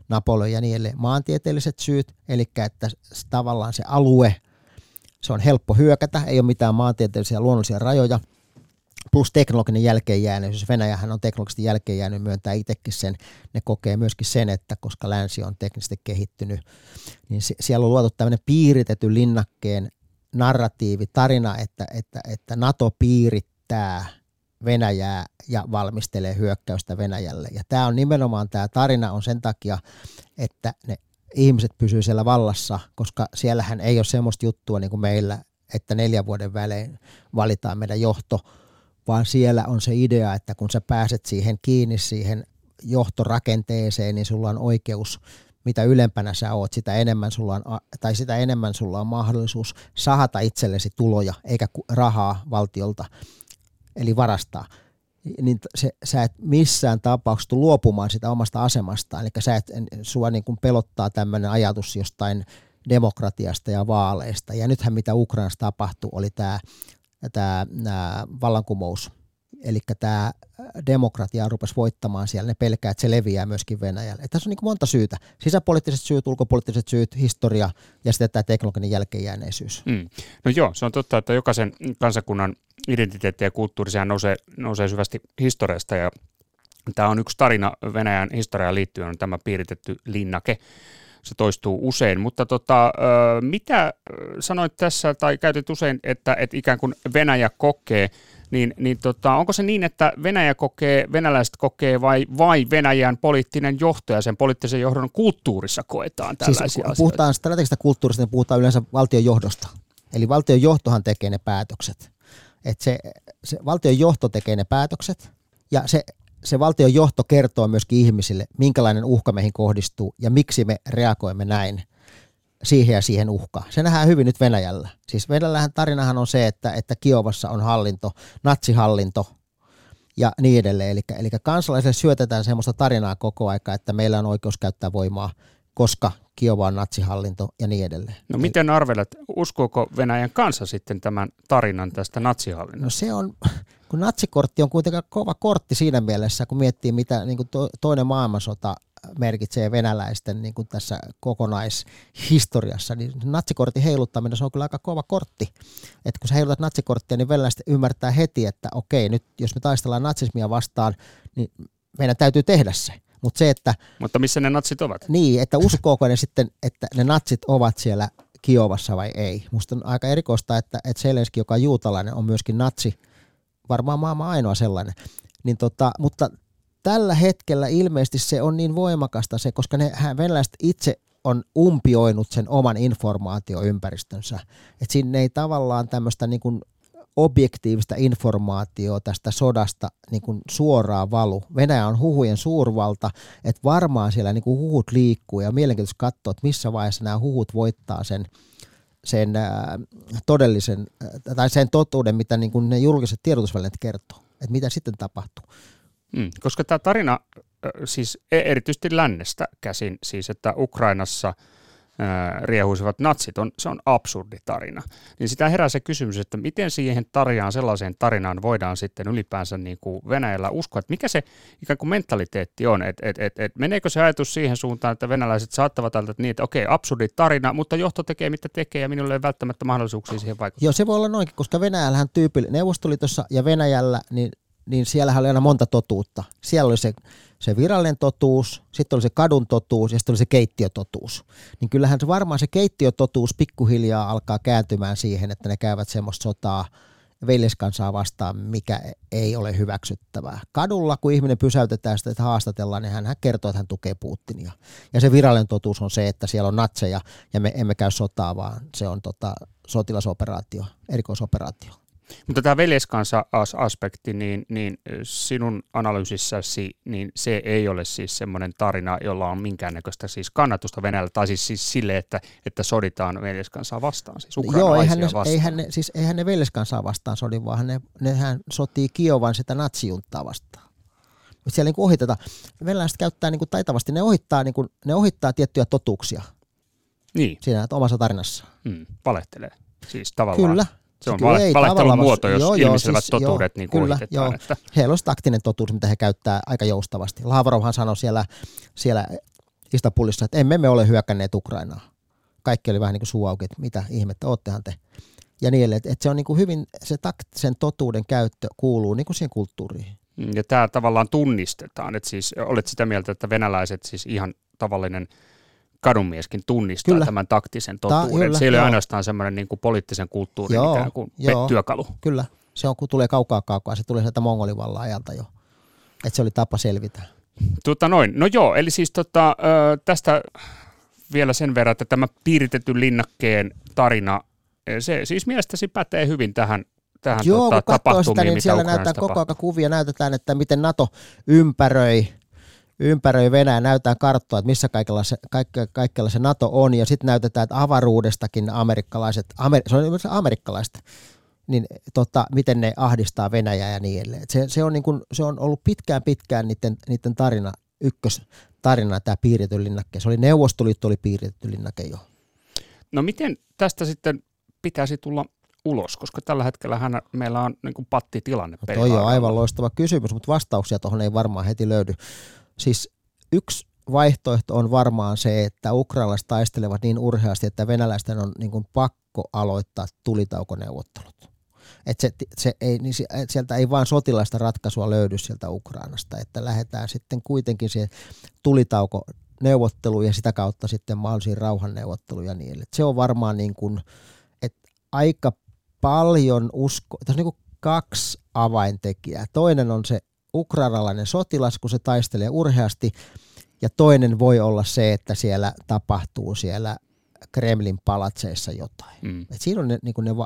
Napoleon ja niin edelleen. Maantieteelliset syyt, eli että tavallaan se alue, se on helppo hyökätä, ei ole mitään maantieteellisiä luonnollisia rajoja, plus teknologinen jälkeenjääneisyys. Venäjähän on teknologisesti jälkeenjäänyt, myöntää itsekin sen. Ne kokee myöskin sen, että koska länsi on teknisesti kehittynyt, niin siellä on luotu tämmöinen piiritetty linnakkeen narratiivi, tarina, että NATO piirittää Venäjää ja valmistelee hyökkäystä Venäjälle. Ja tämä on nimenomaan, tämä tarina on sen takia, että ne ihmiset pysyy siellä vallassa, koska siellähän ei ole semmoista juttua niin kuin meillä, että 4 vuoden välein valitaan meidän johto, vaan siellä on se idea, että kun sä pääset siihen kiinni siihen johtorakenteeseen, niin sulla on oikeus, mitä ylempänä sä oot, sitä enemmän sulla on mahdollisuus sahata itsellesi tuloja, eikä rahaa valtiolta, eli varastaa. Niin sä et missään tapauksessa tule luopumaan sitä omasta asemasta, eli sua niin kuin pelottaa tämmöinen ajatus jostain demokratiasta ja vaaleista. Ja nythän mitä Ukrainassa tapahtui, oli tämä vallankumous, eli tämä demokratia rupesi voittamaan siellä, ne pelkää, että se leviää myöskin Venäjälle. Et tässä on niin kuin monta syytä, sisäpoliittiset syyt, ulkopoliittiset syyt, historia ja sitten tämä teknologinen jälkeenjääneisyys. No joo, se on totta, että jokaisen kansakunnan identiteetti ja kulttuuri, sehän nousee syvästi historiasta, ja tämä on yksi tarina Venäjän historiaan liittyen, on tämä piiritetty linnake. Se toistuu usein, mutta mitä sanoit tässä, tai käytit usein, että ikään kuin Venäjä kokee, niin onko se niin, että venäläiset kokee vai Venäjän poliittinen johto ja sen poliittisen johdon kulttuurissa koetaan tällaisia asioita? Kun puhutaan strategisesta kulttuurista, niin puhutaan yleensä valtion johdosta. Eli valtion johtohan tekee ne päätökset. Että se valtion johto tekee ne päätökset ja se valtion johto kertoo myöskin ihmisille, minkälainen uhka meihin kohdistuu ja miksi me reagoimme näin siihen ja siihen uhkaan. Se nähdään hyvin nyt Venäjällä. Siis Venäjällähän tarinahan on se, että Kiovassa on hallinto, natsihallinto ja niin edelleen. Eli kansalaisille syötetään semmoista tarinaa koko aika, että meillä on oikeus käyttää voimaa, koska Kiova on natsihallinto ja niin edelleen. No miten arvelet, uskooko Venäjän kansa sitten tämän tarinan tästä natsihallinnosta? No se on, kun natsikortti on kuitenkin kova kortti siinä mielessä, kun miettii mitä niin kuin toinen maailmansota merkitsee venäläisten niin kuin tässä kokonaishistoriassa, niin natsikortin heiluttaminen se on kyllä aika kova kortti. Että kun sä heilutat natsikorttia, niin venäläiset ymmärtää heti, että okei, nyt jos me taistellaan natsismia vastaan, niin meidän täytyy tehdä se. Mutta missä ne natsit ovat? Niin, että uskooko ne sitten, että ne natsit ovat siellä Kiovassa vai ei. Musta on aika erikoista, että Zelenski, joka on juutalainen, on myöskin natsi, varmaan maailman ainoa sellainen. Niin mutta tällä hetkellä ilmeisesti se on niin voimakasta se, koska venäläiset itse on umpioinut sen oman informaatioympäristönsä. Että sinne ei tavallaan tämmöistä niin kuin objektiivista informaatiota tästä sodasta niin kuin suoraan valu. Venäjä on huhujen suurvalta, että varmaan siellä niin kuin huhut liikkuu ja mielenkiintoista katsoa, että missä vaiheessa nämä huhut voittaa sen todellisen tai sen totuuden, mitä niin kuin ne julkiset tiedotusvälineet kertoo, että mitä sitten tapahtuu. Koska tämä tarina siis erityisesti lännestä käsin, siis että Ukrainassa riehuisivat natsit, se on absurdi tarina. Niin sitä herää se kysymys, että miten siihen sellaiseen tarinaan voidaan sitten ylipäänsä niin kuin Venäjällä uskoa, että mikä se ikään kuin mentaliteetti on, että meneekö se ajatus siihen suuntaan, että venäläiset saattavat ajatella niin, että okei, absurdi tarina, mutta johto tekee mitä tekee ja minulla ei välttämättä mahdollisuuksia siihen vaikuttaa. Joo, se voi olla noinkin, koska Venäjällähän Neuvostoliitossa ja Venäjällä, niin siellähän oli aina monta totuutta. Siellä oli se virallinen totuus, sitten oli se kadun totuus ja sitten oli se keittiötotuus. Niin kyllähän se varmaan se keittiötotuus pikkuhiljaa alkaa kääntymään siihen, että ne käyvät semmoista sotaa veljeskansaa vastaan, mikä ei ole hyväksyttävää. Kadulla, kun ihminen pysäytetään sitä, että haastatellaan, niin hän kertoo, että hän tukee Putinia. Ja se virallinen totuus on se, että siellä on natseja ja me emme käy sotaa, vaan se on sotilasoperaatio, erikoisoperaatio. Mutta tämä veljeskansa-aspekti, niin sinun analyysissäsi, niin se ei ole siis semmoinen tarina, jolla on minkäännäköistä siis kannatusta Venäjällä, tai siis sille, että soditaan veljeskansaa vastaan, siis ukrainalaisia vastaan. Eihän ne veljeskansaa vastaan sodi, vaan nehän sotii Kiovan sitä natsijunttaa vastaan. Siellä niin ohitetaan. Venäläiset käyttää niin taitavasti, ne ohittaa tiettyjä totuuksia siinä omassa tarinassa. Valehtelee, siis tavallaan. Kyllä. Se on valehtelun muoto, jos ilmiselvät totuudet niin ohitetaan. Että. Heillä on taktinen totuus, mitä he käyttää aika joustavasti. Lavrovhan sanoi siellä Istanbulissa, että emme me ole hyökänneet Ukrainaa. Kaikki oli vähän niin kuin suu auki, että mitä ihmettä, oottehan te. Ja niin edelleen, että se on niin kuin hyvin, se taktisen totuuden käyttö kuuluu niin kuin siihen kulttuuriin. Ja tämä tavallaan tunnistetaan, että siis olet sitä mieltä, että venäläiset, siis ihan tavallinen kadunmieskin tunnistaa tämän taktisen totuuden. Se ei ole ainoastaan semmoinen niin kuin poliittisen kulttuurin ikään kuin työkalu. Kyllä, se on kun tulee kaukaa, se tulee sieltä mongolivallan ajalta jo, että se oli tapa selvitä. No joo, eli siis tästä vielä sen verran, että tämä piiritetyn linnakkeen tarina, se siis mielestäsi pätee hyvin tähän kun katsoo sitä, niin mitä siellä Ukrainassa näytetään koko ajan kuvia, näytetään, että miten NATO ympäröi Venäjä, näytetään karttoa, että missä kaikkialla se NATO on, ja sitten näytetään, että avaruudestakin se on amerikkalaiset, niin miten ne ahdistaa Venäjää ja niin edelleen. Se on ollut pitkään niiden tarina, ykköstarina tämä piiritetty linnake. Se oli Neuvostoliitto, oli piiritetty linnake jo. No miten tästä sitten pitäisi tulla ulos, koska tällä hetkellä meillä on niin kuin pattitilanne. No toi on aivan loistava kysymys, mutta vastauksia tuohon ei varmaan heti löydy. Siis yksi vaihtoehto on varmaan se, että ukrainalaiset taistelevat niin urheasti, että venäläisten on niin kuin pakko aloittaa tulitaukoneuvottelut. Että sieltä ei vain sotilaista ratkaisua löydy sieltä Ukrainasta, että lähdetään sitten kuitenkin siihen tulitaukoneuvotteluun ja sitä kautta sitten mahdollisiin rauhanneuvotteluja ja niin edelleen. Se on varmaan niin kuin, että aika paljon tässä on niin kuin kaksi avaintekijää. Toinen on se ukrainalainen sotilas, kun se taistelee urheasti, ja toinen voi olla se, että siellä tapahtuu siellä Kremlin palatseissa jotain. Et siinä on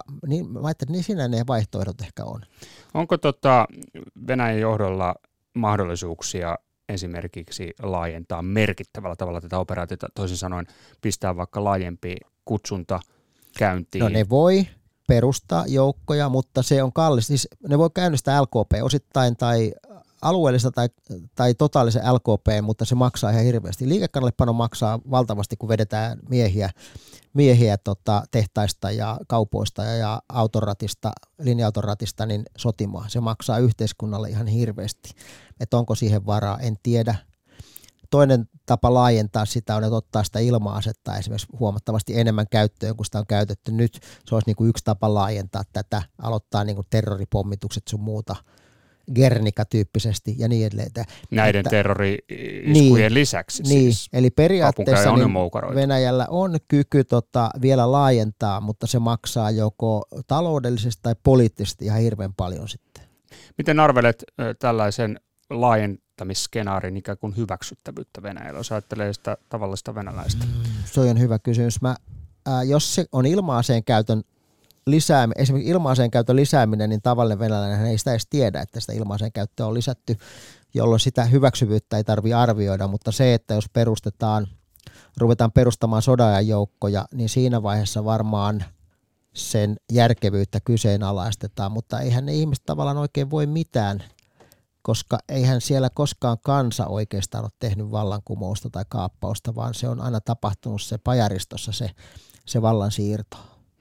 siinä ne vaihtoehdot ehkä on. Onko Venäjän johdolla mahdollisuuksia esimerkiksi laajentaa merkittävällä tavalla tätä operaatiota, toisin sanoen pistää vaikka laajempi kutsunta käyntiin? No ne voi perustaa joukkoja, mutta se on kallis. Siis ne voi käynnistää LKP osittain tai alueellista tai totaalisen LKP, mutta se maksaa ihan hirveästi. Liikekannallepano maksaa valtavasti, kun vedetään miehiä tehtaista ja kaupoista ja autoratista, linja-autoratista niin sotimaan. Se maksaa yhteiskunnalle ihan hirveästi. Että onko siihen varaa, en tiedä. Toinen tapa laajentaa sitä on, että ottaa sitä ilma-asetta esimerkiksi huomattavasti enemmän käyttöön, kun sitä on käytetty nyt. Se olisi niin kuin yksi tapa laajentaa tätä, aloittaa niin kuin terroripommitukset sun muuta Guernica-tyyppisesti ja niin edelleen. Näiden terrori-iskujen lisäksi siis. Eli periaatteessa niin Venäjällä on kyky vielä laajentaa, mutta se maksaa joko taloudellisesti tai poliittisesti ihan hirveän paljon sitten. Miten arvelet tällaisen laajentamisskenaarin ikään kuin hyväksyttävyyttä Venäjällä, jos ajattelee sitä tavallista venäläistä? Se on hyvä kysymys. Jos se on ilma-aseen käytön esimerkiksi ilma-aseen käytön lisääminen, niin tavallinen venäläinen ei sitä edes tiedä, että sitä ilma-aseen käyttöä on lisätty, jolloin sitä hyväksyvyyttä ei tarvitse arvioida, mutta se, että jos ruvetaan perustamaan sodanajan joukkoja, niin siinä vaiheessa varmaan sen järkevyyttä kyseenalaistetaan, mutta eihän ne ihmiset tavallaan oikein voi mitään, koska eihän siellä koskaan kansa oikeastaan ole tehnyt vallankumousta tai kaappausta, vaan se on aina tapahtunut se pajaristossa se vallan siirto.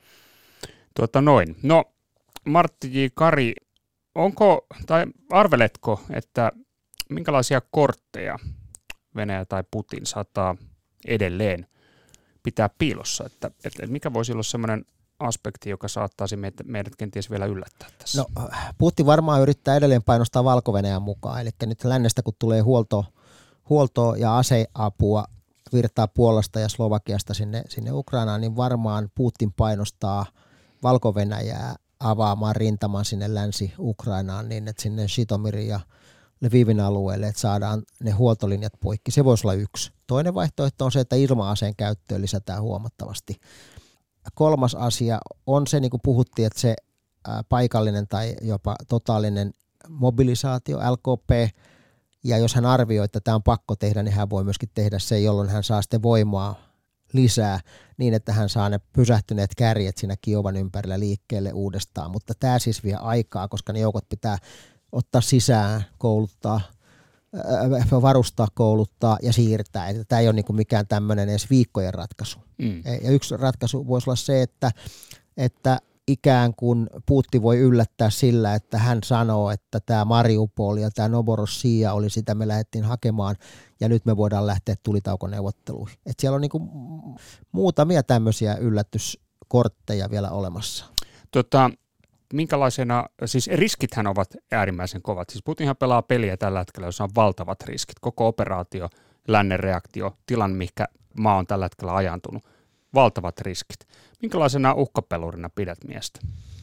No, Martti J. Kari, arveletko, että minkälaisia kortteja Venäjä tai Putin saattaa edelleen pitää piilossa, että mikä voisi olla sellainen aspekti, joka saattaisi meidät kenties vielä yllättää tässä? No, Putin varmaan yrittää edelleen painostaa Valko-Venäjän mukaan, eli nyt lännestä kun tulee huoltoa ja aseapua virtaa Puolasta ja Slovakiasta sinne Ukrainaan, niin varmaan Putin painostaa Valko-Venäjää avaamaan rintaman sinne Länsi-Ukrainaan niin, että sinne Žitomirin ja Lvivin alueelle, että saadaan ne huoltolinjat poikki. Se voisi olla yksi. Toinen vaihtoehto on se, että ilma-aseen käyttöön lisätään huomattavasti. Kolmas asia on se, niin kuin puhuttiin, että se paikallinen tai jopa totaalinen mobilisaatio, LKP, ja jos hän arvioi, että tämä on pakko tehdä, niin hän voi myöskin tehdä se, jolloin hän saa sitten voimaa lisää niin, että hän saa ne pysähtyneet kärjet siinä Kiovan ympärillä liikkeelle uudestaan, mutta tämä siis vie aikaa, koska ne joukot pitää ottaa sisään, kouluttaa, varustaa, kouluttaa ja siirtää. Että tämä ei ole niin kuin mikään tämmöinen edes viikkojen ratkaisu. Ja yksi ratkaisu voisi olla se, että ikään kuin Putin voi yllättää sillä, että hän sanoo, että tämä Mariupol ja tämä Novorossiya oli sitä, me lähdettiin hakemaan ja nyt me voidaan lähteä tulitaukoneuvotteluihin. Et siellä on niinku muutamia tämmöisiä yllätyskortteja vielä olemassa. Minkälaisena, siis riskithän ovat äärimmäisen kovat. Siis Putinhan pelaa peliä tällä hetkellä, jossa on valtavat riskit. Koko operaatio, lännen reaktio, tilanne, mikä maa on tällä hetkellä ajantunut. Valtavat riskit. Minkälaisena uhkapelurina pidät miestä?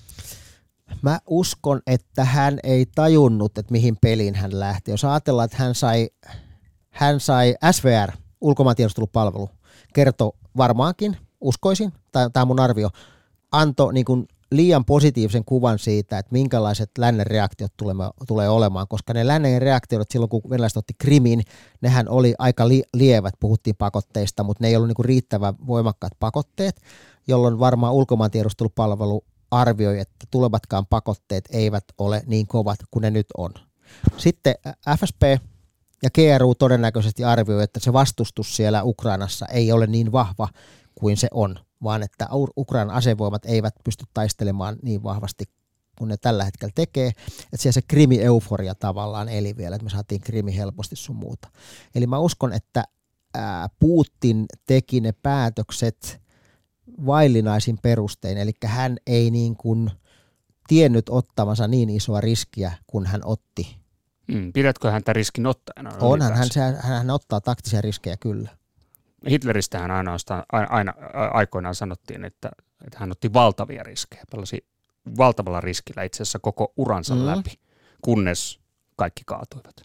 Mä uskon, että hän ei tajunnut, että mihin peliin hän lähti. Jos ajatellaan, että hän sai SVR, ulkomaantiedustelupalvelu, kertoi varmaankin, uskoisin, tämä mun arvio, antoi niin kuin liian positiivisen kuvan siitä, että minkälaiset lännen reaktiot tulee olemaan, koska ne lännen reaktiot silloin, kun venäläiset otti Krimin, nehän oli aika lievät, puhuttiin pakotteista, mutta ne ei ollut niinku riittävän voimakkaat pakotteet, jolloin varmaan ulkomaantiedustelupalvelu arvioi, että tulevatkaan pakotteet eivät ole niin kovat kuin ne nyt on. Sitten FSB ja GRU todennäköisesti arvioi, että se vastustus siellä Ukrainassa ei ole niin vahva kuin se on, vaan että Ukrainan asevoimat eivät pysty taistelemaan niin vahvasti kuin ne tällä hetkellä tekee. Että siellä se Krimi-euforia tavallaan eli vielä, että me saatiin Krimi helposti sun muuta. Eli mä uskon, että Putin teki ne päätökset vaillinaisin perustein, eli hän ei niin kuin tiennyt ottavansa niin isoa riskiä kuin hän otti. Pidätkö häntä riskin ottajana? Onhan hän ottaa taktisia riskejä kyllä. Hitleristähän aina aikoinaan sanottiin, että hän otti valtavia riskejä, pelasi valtavalla riskillä itse asiassa koko uransa läpi, kunnes kaikki kaatuivat.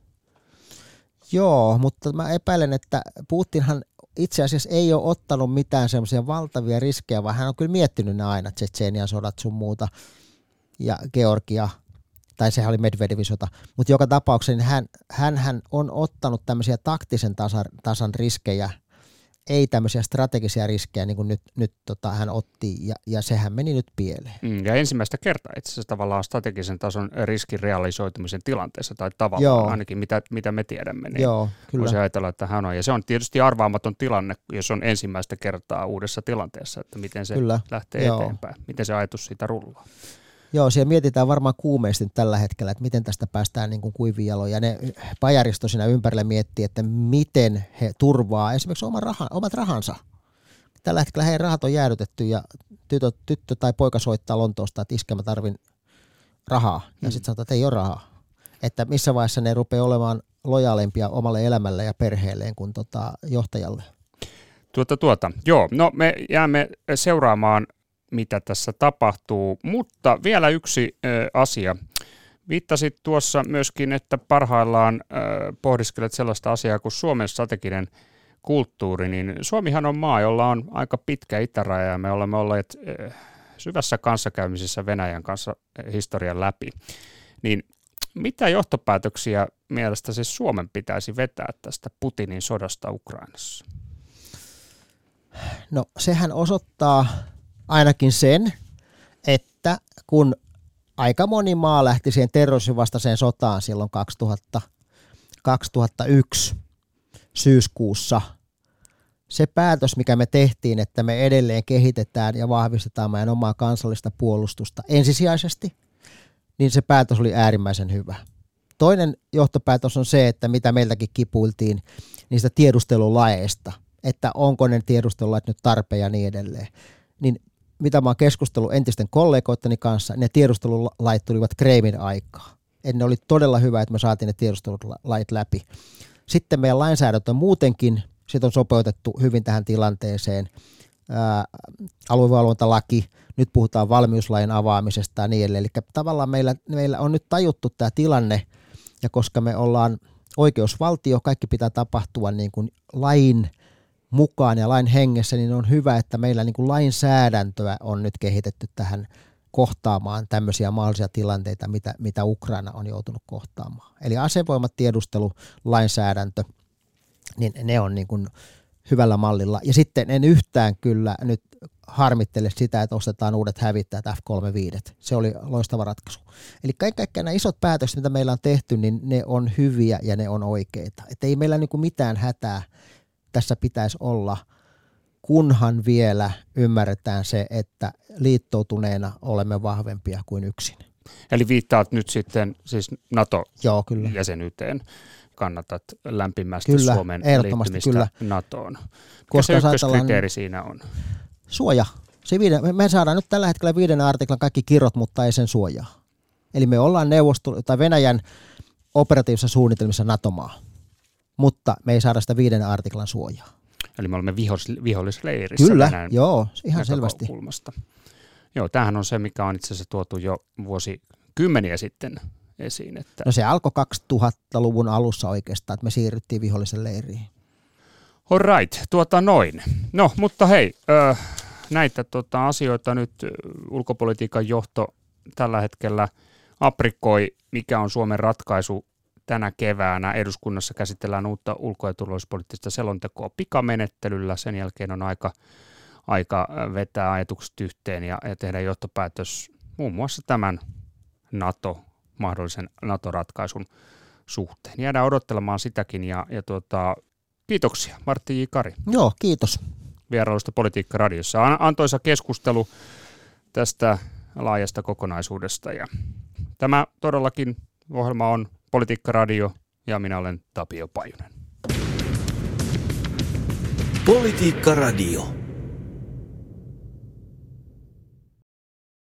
Joo, mutta mä epäilen, että Putinhan itse asiassa ei ole ottanut mitään semmoisia valtavia riskejä, vaan hän on kyllä miettinyt ne aina, Tšetšenian sodat sun muuta ja Georgia, tai sehän oli Medvedevin sota, mutta joka tapauksessa niin hän on ottanut tämmöisiä taktisen tasan riskejä, ei tämmöisiä strategisia riskejä, niin kuin nyt hän otti, ja sehän meni nyt pieleen. Ja ensimmäistä kertaa itse asiassa tavallaan strategisen tason riskin realisoitumisen tilanteessa, tai tavallaan ainakin mitä me tiedämme, niin voisi ajatella, että hän on. Ja se on tietysti arvaamaton tilanne, jos on ensimmäistä kertaa uudessa tilanteessa, että miten se lähtee eteenpäin, miten se ajatus siitä rullaa. Joo, siellä mietitään varmaan kuumeisesti tällä hetkellä, että miten tästä päästään niin kuin kuivin jaloin. Ja ne pajaristo siinä ympärillä miettii, että miten he turvaa esimerkiksi omat rahansa. Tällä hetkellä heidän rahat on jäädytetty ja tyttö tai poika soittaa Lontoosta, että iskä mä tarvin rahaa. Ja sitten sanotaan, että ei ole rahaa. Että missä vaiheessa ne rupeaa olemaan lojaalimpia omalle elämälle ja perheelleen kuin johtajalle. Joo, no me jäämme seuraamaan mitä tässä tapahtuu, mutta vielä yksi asia. Viittasit tuossa myöskin, että parhaillaan pohdiskelet sellaista asiaa kuin Suomen strateginen kulttuuri, niin Suomihan on maa, jolla on aika pitkä itäraja ja me olemme olleet syvässä kanssakäymisissä Venäjän kanssa historian läpi. Niin mitä johtopäätöksiä mielestäsi Suomen pitäisi vetää tästä Putinin sodasta Ukrainassa? No sehän osoittaa ainakin sen, että kun aika moni maa lähti siihen terrorismin vastaiseen sotaan silloin 2001 syyskuussa, se päätös, mikä me tehtiin, että me edelleen kehitetään ja vahvistetaan meidän omaa kansallista puolustusta ensisijaisesti, niin se päätös oli äärimmäisen hyvä. Toinen johtopäätös on se, että mitä meiltäkin kipuiltiin niistä tiedustelulaeista, että onko ne tiedustelulait nyt tarpeen ja niin edelleen. Niin mitä mä oon keskustellut entisten kollegoitteni kanssa, ne tiedustelulait tulivat Kreimin aikaa. Ne oli todella hyvä, että me saatiin ne tiedustelulait läpi. Sitten meidän lainsäädäntö muutenkin, sit on sopeutettu hyvin tähän tilanteeseen. Aluevalvontalaki, nyt puhutaan valmiuslain avaamisesta ja niin edelleen. Eli tavallaan meillä on nyt tajuttu tämä tilanne, ja koska me ollaan oikeusvaltio, kaikki pitää tapahtua niin kuin lain mukaan ja lain hengessä, niin on hyvä, että meillä niin kuin lainsäädäntöä on nyt kehitetty tähän kohtaamaan tämmöisiä mahdollisia tilanteita, mitä Ukraina on joutunut kohtaamaan. Eli asevoimat, tiedustelu, lainsäädäntö, niin ne on niin kuin hyvällä mallilla. Ja sitten en yhtään kyllä nyt harmittele sitä, että ostetaan uudet hävittäjät F-35. Se oli loistava ratkaisu. Eli kaikki nämä isot päätökset, mitä meillä on tehty, niin ne on hyviä ja ne on oikeita. Että ei meillä niin kuin mitään hätää tässä pitäisi olla. kunhan vielä ymmärretään se, että liittoutuneena olemme vahvempia kuin yksin. Eli viittaat nyt sitten siis NATO-jäsenyyteen. Kannatat lämpimästi kyllä, Suomen liittymistä kyllä. NATOon. Koska se ykköskriteeri siinä on? Suoja. Me saadaan nyt tällä hetkellä 5. artiklan kaikki kirot, mutta ei sen suojaa. Eli me ollaan Venäjän operatiivisessa suunnitelmissa NATO-maa, mutta me ei saada sitä 5. artiklan suojaa. Eli me olemme vihollisleirissä. Kyllä, joo, ihan selvästi. Joo, tämähän on se, mikä on itse asiassa tuotu jo vuosikymmeniä sitten esiin. Että no se alkoi 2000-luvun alussa oikeastaan, että me siirryttiin vihollisen leiriin. All right, noin. No, mutta hei, näitä asioita nyt ulkopolitiikan johto tällä hetkellä aprikoi, mikä on Suomen ratkaisu tänä keväänä. Eduskunnassa käsitellään uutta ulko- ja turvallisuuspoliittista selontekoa pikamenettelyllä. Sen jälkeen on aika vetää ajatukset yhteen ja tehdä johtopäätös muun muassa tämän mahdollisen NATO-ratkaisun suhteen. Jäädään odottelemaan sitäkin ja kiitoksia Martti J. Kari. Joo, kiitos. Vierailusta Politiikka Radiossa. Antoisa keskustelu tästä laajasta kokonaisuudesta ja tämä todellakin ohjelma on Politiikka Radio ja minä olen Tapio Pajunen. Politiikka Radio.